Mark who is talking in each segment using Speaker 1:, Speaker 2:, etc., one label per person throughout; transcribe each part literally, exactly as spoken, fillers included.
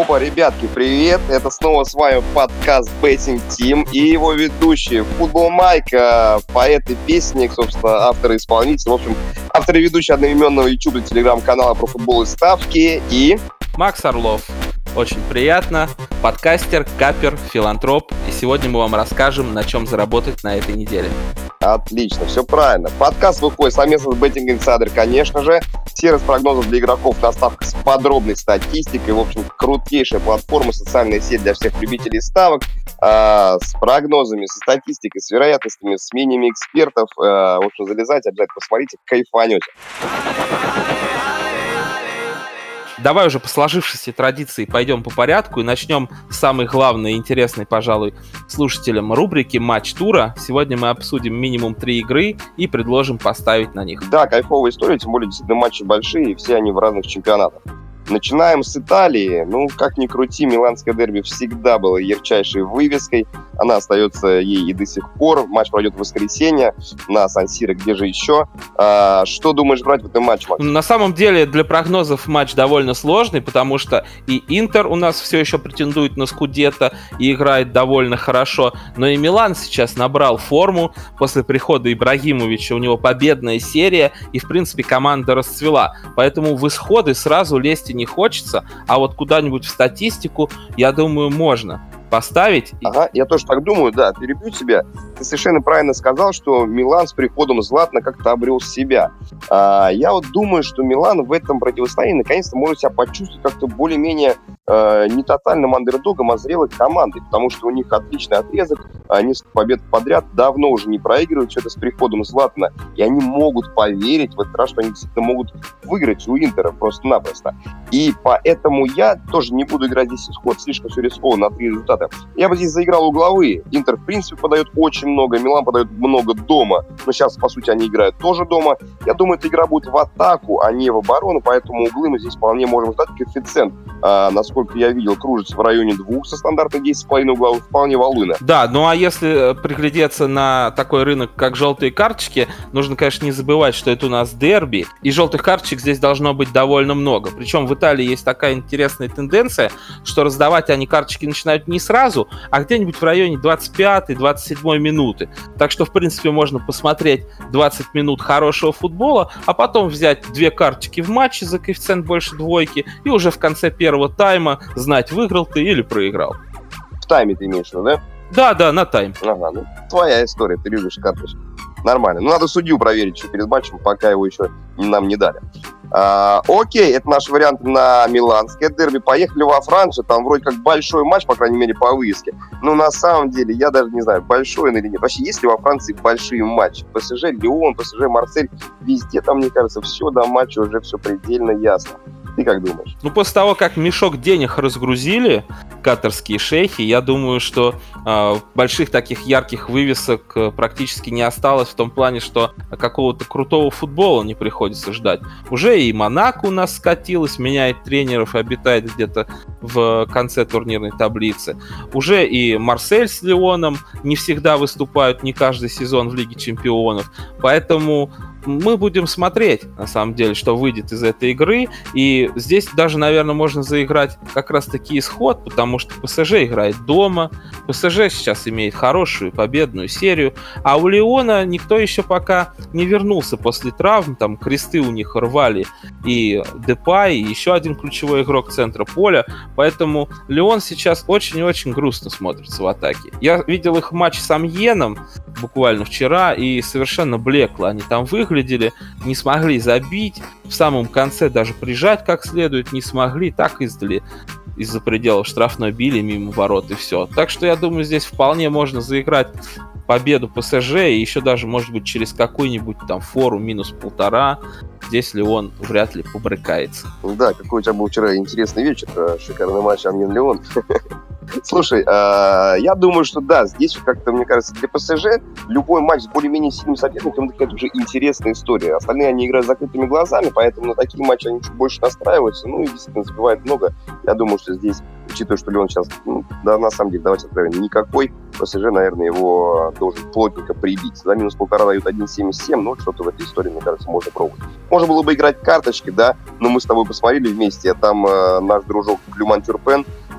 Speaker 1: Опа, ребятки, привет! Это снова с вами подкаст Betting Team и его ведущие Футбол Майка, поэт и песник, собственно, автор и исполнитель, в общем, автор и ведущий одноименного YouTube и телеграм-канала про футбол и ставки, и...
Speaker 2: Макс Орлов. Очень приятно. Подкастер, капер, филантроп. И сегодня мы вам расскажем, на чем заработать на этой неделе.
Speaker 1: Отлично, все правильно. Подкаст выходит совместно с Betting Insider, конечно же. Сервис прогнозов для игроков на ставках с подробной статистикой. В общем, крутейшая платформа, социальная сеть для всех любителей ставок. Э, с прогнозами, со статистикой, с вероятностями, с мнениями экспертов. Э, в общем, залезайте, обязательно посмотрите, кайфанете.
Speaker 2: Давай уже по сложившейся традиции пойдем по порядку и начнем с самой главной и интересной, пожалуй, слушателям рубрики «Матч тура». Сегодня мы обсудим минимум три игры и предложим поставить на них.
Speaker 1: Да, кайфовая история, тем более действительно матчи большие, и все они в разных чемпионатах. Начинаем с Италии. Ну, как ни крути, миланское дерби всегда было ярчайшей вывеской. Она остается ей и до сих пор. Матч пройдет в воскресенье на Сан-Сиро, где же еще. А, что думаешь брать в этом матче, Макс?
Speaker 2: На самом деле для прогнозов матч довольно сложный, потому что и Интер у нас все еще претендует на Скудетто и играет довольно хорошо, но и Милан сейчас набрал форму. После прихода Ибрагимовича у него победная серия, и в принципе команда расцвела. Поэтому в исходы сразу лезть не хочется, а вот куда-нибудь в статистику, я думаю, можно поставить.
Speaker 1: Ага, я тоже так думаю, да, перебью тебя. Ты совершенно правильно сказал, что Милан с приходом Златана как-то обрел себя. А, я вот думаю, что Милан в этом противостоянии наконец-то может себя почувствовать как-то более-менее э, не тотальным андердогом, а зрелой командой, потому что у них отличный отрезок, а, несколько побед подряд, давно уже не проигрывают, все это с приходом Златана, и они могут поверить в этот раз, что они действительно могут выиграть у Интера просто-напросто. И поэтому я тоже не буду играть здесь исход, слишком все рискованно на три результата. Я бы здесь заиграл угловые. Интер, в принципе, подает очень много, Милан подает много дома, но сейчас, по сути, они играют тоже дома. Я думаю, эта игра будет в атаку, а не в оборону, поэтому углы мы здесь вполне можем ждать. Коэффициент, а, насколько я видел, кружится в районе двух со стандартной десять с половиной угловых, вполне валуна.
Speaker 2: Да, ну а если приглядеться на такой рынок, как желтые карточки, нужно, конечно, не забывать, что это у нас дерби, и желтых карточек здесь должно быть довольно много. Причем в Италии есть такая интересная тенденция, что раздавать они карточки начинают не сразу, а где-нибудь в районе двадцать пятой - двадцать седьмой минуты. Так что, в принципе, можно посмотреть двадцать минут хорошего футбола, а потом взять две карточки в матче за коэффициент больше двойки и уже в конце первого тайма знать, выиграл ты или проиграл.
Speaker 1: В тайме ты имеешь в виду, да?
Speaker 2: Да, да, на тайм.
Speaker 1: Ага, ну, твоя история, ты любишь карточки. Нормально. Ну, надо судью проверить еще перед матчем, пока его еще нам не дали. А, окей, это наш вариант на миланское дерби. Поехали во Францию, там вроде как большой матч, по крайней мере, по вывеске. Но на самом деле, я даже не знаю, большой он или нет. Вообще, есть ли во Франции большие матчи? ПСЖ, Лион, ПСЖ, Марсель, везде там, мне кажется, все до матча уже все предельно ясно. Ты как думаешь?
Speaker 2: Ну, после того, как мешок денег разгрузили катарские шейхи, я думаю, что э, больших таких ярких вывесок э, практически не осталось, в том плане, что какого-то крутого футбола не приходится ждать. Уже и Монако у нас скатилась, меняет тренеров и обитает где-то в конце турнирной таблицы. Уже и Марсель с Лионом не всегда выступают, не каждый сезон в Лиге Чемпионов. Поэтому мы будем смотреть, на самом деле, что выйдет из этой игры. И здесь даже, наверное, можно заиграть как раз-таки исход, потому что ПСЖ играет дома. ПСЖ сейчас имеет хорошую победную серию. А у Лиона никто еще пока не вернулся после травм. Там кресты у них рвали и Депай, и еще один ключевой игрок центра поля. Поэтому Лион сейчас очень-очень грустно смотрится в атаке. Я видел их матч с Амьеном буквально вчера, и совершенно блекло они там выглядели, не смогли забить, в самом конце даже прижать как следует не смогли, так издали из-за пределов штрафной били мимо ворот и все. Так что я думаю, здесь вполне можно заиграть победу ПСЖ, и еще даже, может быть, через какую-нибудь там фору минус полтора. Здесь Лион вряд ли побрыкается.
Speaker 1: Да, какой у тебя был вчера интересный вечер, шикарный матч Амьен-Лион. Слушай, э, я думаю, что да, здесь как-то, мне кажется, для ПСЖ любой матч с более-менее сильным соперником — это уже интересная история. Остальные они играют с закрытыми глазами, поэтому на такие матчи они чуть больше настраиваются, ну и действительно забивают много. Я думаю, что здесь, учитывая, что Лион сейчас, ну, да, на самом деле, давайте откровенно, никакой, ПСЖ, наверное, его должен плотненько прибить. За минус полтора дают один семьдесят семь, но что-то в этой истории, мне кажется, можно пробовать. Можно было бы играть карточки, да, но мы с тобой посмотрели вместе, а там э, наш дружок Клюман Тюрпен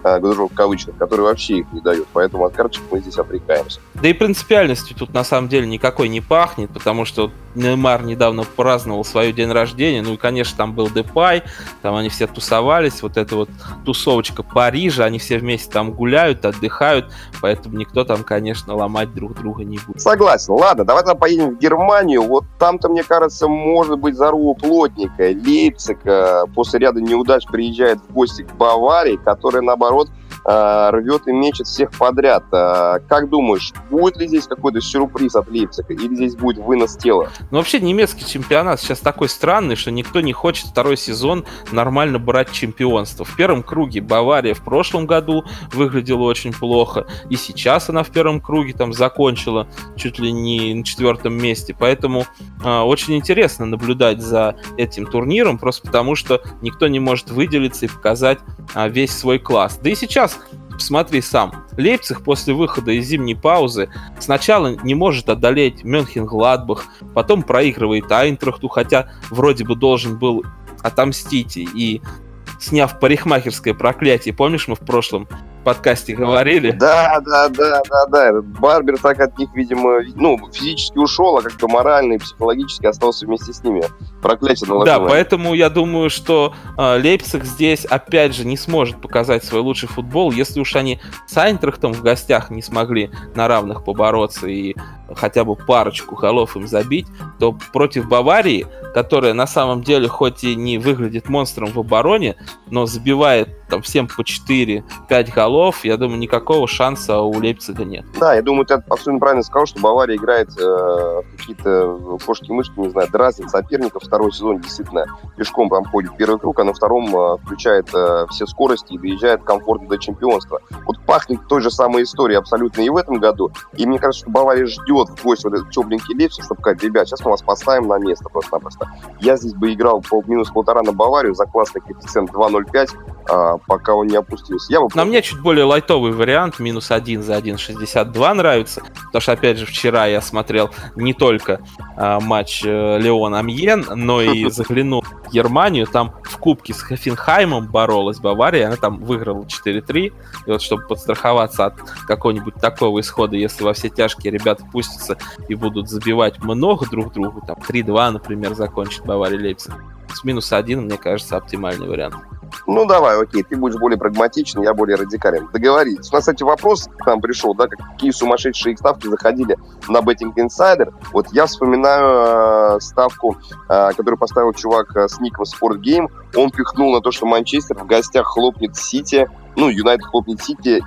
Speaker 1: э, говорю в кавычках, который вообще их не дает. Поэтому от карточек мы здесь отрекаемся.
Speaker 2: Да и принципиальностью тут на самом деле никакой не пахнет, потому что Неймар недавно праздновал свой день рождения, ну и, конечно, там был Депай, там они все тусовались, вот эта вот тусовочка Парижа, они все вместе там гуляют, отдыхают, поэтому никто там, конечно, ломать друг друга не будет.
Speaker 1: Согласен. Ладно, давай тогда поедем в Германию. Вот там-то, мне кажется, может быть заруба плотненькая. Лейпциг э, после ряда неудач приезжает в гости к Баварии, которая, наоборот, э, рвет и мечет всех подряд. Э, как думаешь, будет ли здесь какой-то сюрприз от Лейпцига или здесь будет вынос тела?
Speaker 2: Ну, вообще, немецкий чемпионат сейчас такой странный, что никто не хочет второй сезон нормально брать чемпионство. В первом круге Бавария в прошлом году выглядела очень плохо, и сейчас она в первом круге там закончила чуть ли не на четвертом месте. Поэтому э, очень интересно наблюдать за этим турниром, просто потому что никто не может выделиться и показать э, весь свой класс. Да и сейчас посмотри сам. Лейпциг после выхода из зимней паузы сначала не может одолеть Мönchengladbach, потом проигрывает Айнтрахту, хотя вроде бы должен был отомстить и, сняв парикмахерское проклятие, помнишь, мы в прошлом подкасте говорили?
Speaker 1: Да, да, да, да, да. Этот Барбер так от них, видимо, ну, физически ушел, а как-то морально и психологически остался вместе с ними. Проклятие наложено.
Speaker 2: Да, поэтому я думаю, что э, Лейпциг здесь, опять же, не сможет показать свой лучший футбол. Если уж они с Айнтрахтом в гостях не смогли на равных побороться и хотя бы парочку голов им забить, то против Баварии, которая на самом деле хоть и не выглядит монстром в обороне, но забивает там всем по четыре-пять голов, я думаю, никакого шанса у Лейпцига нет.
Speaker 1: Да, я думаю, ты абсолютно правильно сказал, что Бавария играет э, какие-то кошки-мышки, не знаю, дразнит соперников. Второй сезон действительно пешком там ходит первый круг, а на втором э, включает э, все скорости и доезжает комфортно до чемпионства. Вот пахнет той же самой историей абсолютно и в этом году. И мне кажется, что Бавария ждет в гость вот этот тепленький Лейпциг, чтобы сказать: ребят, сейчас мы вас поставим на место просто-напросто. Я здесь бы играл по минус полтора на Баварию за классный коэффициент два ноль пять, э, пока он не опустился. Я бы...
Speaker 2: На мне чуть более лайтовый вариант, минус один за один шестьдесят два нравится, потому что, опять же, вчера я смотрел не только э, матч э, Леон-Амьен, но и заглянул в Германию, там в кубке с Хофенхаймом боролась Бавария, она там выиграла четыре три, и вот чтобы подстраховаться от какого-нибудь такого исхода, если во все тяжкие ребята пустятся и будут забивать много друг другу, там три два, например, закончит Бавария Лейпциг, с минус один, мне кажется, оптимальный вариант.
Speaker 1: Ну, давай, окей, ты будешь более прагматичен, я более радикален. Договорились. У нас, кстати, вопрос к нам пришел, да, какие сумасшедшие ставки заходили на Betting Insider. Вот я вспоминаю э, ставку, э, которую поставил чувак э, с ником SportGame. Он пихнул на то, что Манчестер в гостях хлопнет Сити, ну, Юнайтед хлопнет Сити,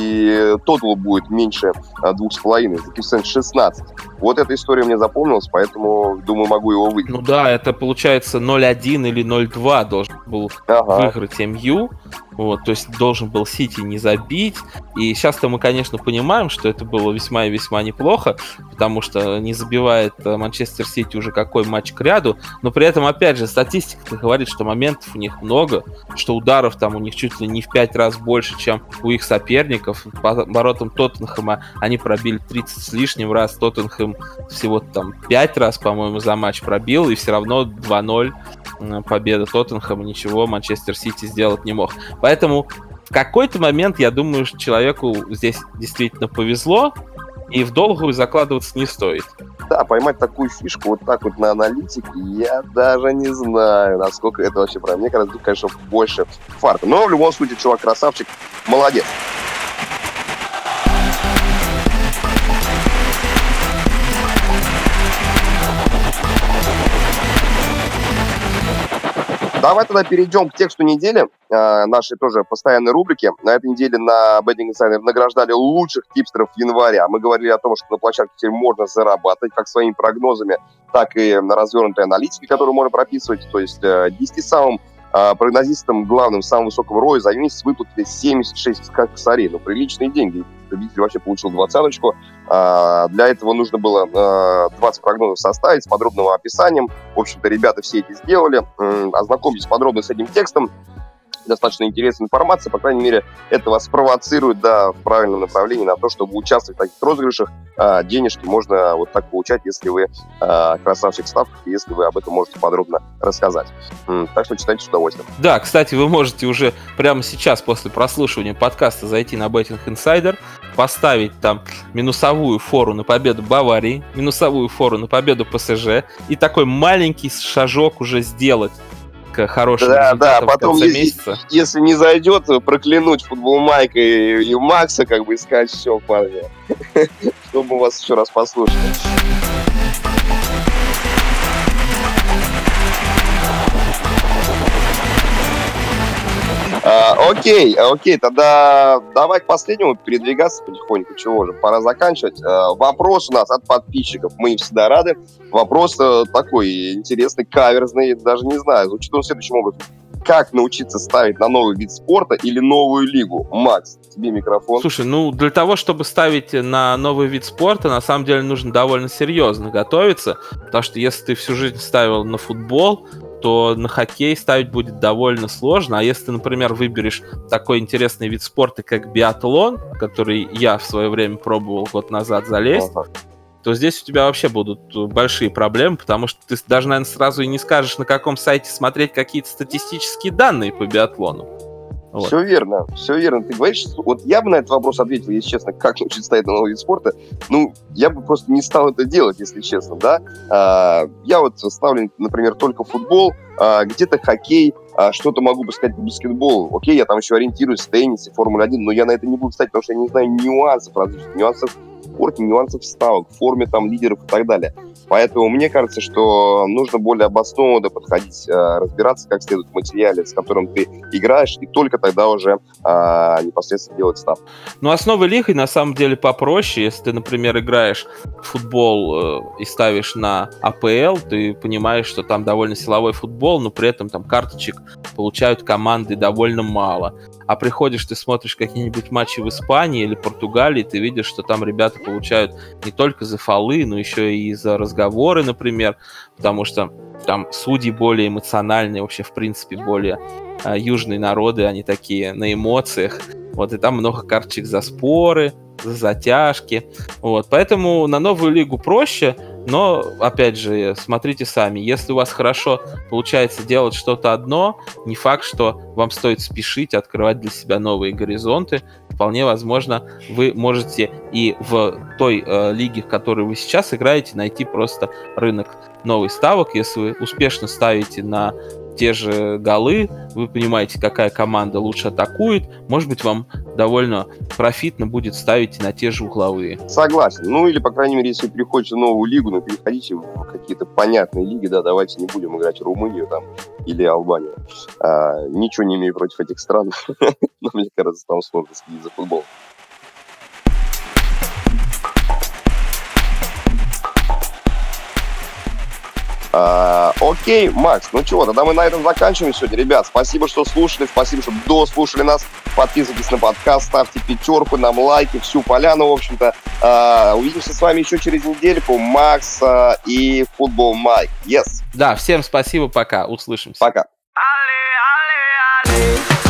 Speaker 1: и тотал будет меньше двух с половиной, за коэффициент шестнадцать. Вот эта история мне запомнилась, поэтому, думаю, могу его выиграть.
Speaker 2: Ну да, это получается ноль один или ноль два должен был ага. выиграть эм ю. Вот, то есть должен был Сити не забить. И сейчас-то мы, конечно, понимаем, что это было весьма и весьма неплохо, потому что не забивает Манчестер Сити уже какой матч к ряду. Но при этом, опять же, статистика говорит, что моментов у них много, что ударов там у них чуть ли не в пять раз больше, чем у их соперников. По воротам Тоттенхэма они пробили тридцать с лишним раз. Тоттенхэм всего там пять раз, по-моему, за матч пробил, и все равно два ноль победа Тоттенхэма, ничего Манчестер Сити сделать не мог. Поэтому в какой-то момент, я думаю, что человеку здесь действительно повезло, и в долгую закладываться не стоит.
Speaker 1: Да, поймать такую фишку вот так вот на аналитике, я даже не знаю, насколько это вообще правильно. Мне кажется, тут, конечно, больше фарта. Но в любом случае, чувак красавчик, молодец. Давай тогда перейдем к тексту недели, э, нашей тоже постоянной рубрики. На этой неделе на Betting Insider награждали лучших типстеров января. Мы говорили о том, что на площадке теперь можно зарабатывать как своими прогнозами, так и на развернутой аналитике, которую можно прописывать. То есть э, десяти самым э, прогнозистам главным, самого высокого роя за месяц выплатили семьдесят шесть косарей. Ну, приличные деньги. Победитель вообще получил двадцаточку. А, для этого нужно было а, двадцать прогнозов составить с подробным описанием. В общем-то, ребята все это сделали. М-м, ознакомьтесь подробно с этим текстом. Достаточно интересная информация. По крайней мере, это вас спровоцирует, да, в правильном направлении на то, чтобы участвовать в таких розыгрышах. а, денежки можно вот так получать, если вы а, красавчик в ставках, если вы об этом можете подробно рассказать. М, так что читайте с удовольствием.
Speaker 2: Да, кстати, вы можете уже прямо сейчас после прослушивания подкаста зайти на Betting Insider, поставить там минусовую фору на победу Баварии, минусовую фору на победу ПСЖ и такой маленький шажок уже сделать к хорошим
Speaker 1: да,
Speaker 2: результатам
Speaker 1: да, потом,
Speaker 2: в конце
Speaker 1: если,
Speaker 2: месяца.
Speaker 1: Если не зайдет, проклянуть футбол Майка и, и Макса, как бы, и сказать, все, парни, чтобы вас еще раз послушали. А, окей, окей, тогда давай к последнему передвигаться потихоньку. Чего же, пора заканчивать. А, вопрос у нас от подписчиков. Мы им всегда рады. Вопрос а, такой интересный, каверзный, даже не знаю. Звучит он следующим образом. Как научиться ставить на новый вид спорта или новую лигу? Макс, тебе микрофон.
Speaker 2: Слушай, ну для того, чтобы ставить на новый вид спорта, на самом деле нужно довольно серьезно готовиться, потому что если ты всю жизнь ставил на футбол, то на хоккей ставить будет довольно сложно. А если ты, например, выберешь такой интересный вид спорта, как биатлон, который я в свое время пробовал год назад залезть, ага. то здесь у тебя вообще будут большие проблемы, потому что ты даже, наверное, сразу и не скажешь, на каком сайте смотреть какие-то статистические данные по биатлону.
Speaker 1: Вот. Все верно, все верно. Ты говоришь, вот я бы на этот вопрос ответил, если честно, как научиться ставить на новый вид спорта. Ну, я бы просто не стал это делать, если честно, да. А, я вот ставлю, например, только футбол, а, где-то хоккей, а, что-то могу бы сказать по баскетболу. Окей, я там еще ориентируюсь в теннисе, Формуле один, но я на это не буду ставить, потому что я не знаю нюансов различных, нюансов в спорте, нюансов ставок, в форме там лидеров и так далее. Поэтому мне кажется, что нужно более обоснованно подходить, разбираться как следует в материале, с которым ты играешь, и только тогда уже а, непосредственно делать ставку.
Speaker 2: Ну, а с новой лигой на самом деле попроще. Если ты, например, играешь в футбол э, и ставишь на АПЛ, ты понимаешь, что там довольно силовой футбол, но при этом там карточек получают команды довольно мало. А приходишь, ты смотришь какие-нибудь матчи в Испании или Португалии, ты видишь, что там ребята получают не только за фолы, но еще и за разговоры, например, потому что там судьи более эмоциональные, вообще, в принципе, более э, южные народы, они такие на эмоциях. Вот, и там много карточек за споры, за затяжки. Вот, поэтому на новую лигу проще, но, опять же, смотрите сами. Если у вас хорошо получается делать что-то одно, не факт, что вам стоит спешить, открывать для себя новые горизонты. Вполне возможно, вы можете и в той э, лиге, в которой вы сейчас играете, найти просто рынок новых ставок. Если вы успешно ставите на те же голы, вы понимаете, какая команда лучше атакует, может быть, вам довольно профитно будет ставить на те же угловые.
Speaker 1: Согласен. Ну, или, по крайней мере, если переходите в новую лигу, ну, переходите в какие-то понятные лиги, да, давайте не будем играть в Румынию там или Албанию. А, ничего не имею против этих стран, но мне кажется, там сложно следить за футболом. А, окей, Макс, ну чего, тогда мы на этом заканчиваем сегодня. Ребят, спасибо, что слушали, спасибо, что дослушали нас. Подписывайтесь на подкаст, ставьте пятерку, нам лайки, всю поляну, в общем-то. А, увидимся с вами еще через недельку. Макс а, и футбол Майк. Yes.
Speaker 2: Да, всем спасибо, пока, услышимся.
Speaker 1: Пока.
Speaker 3: Ale, ale, ale.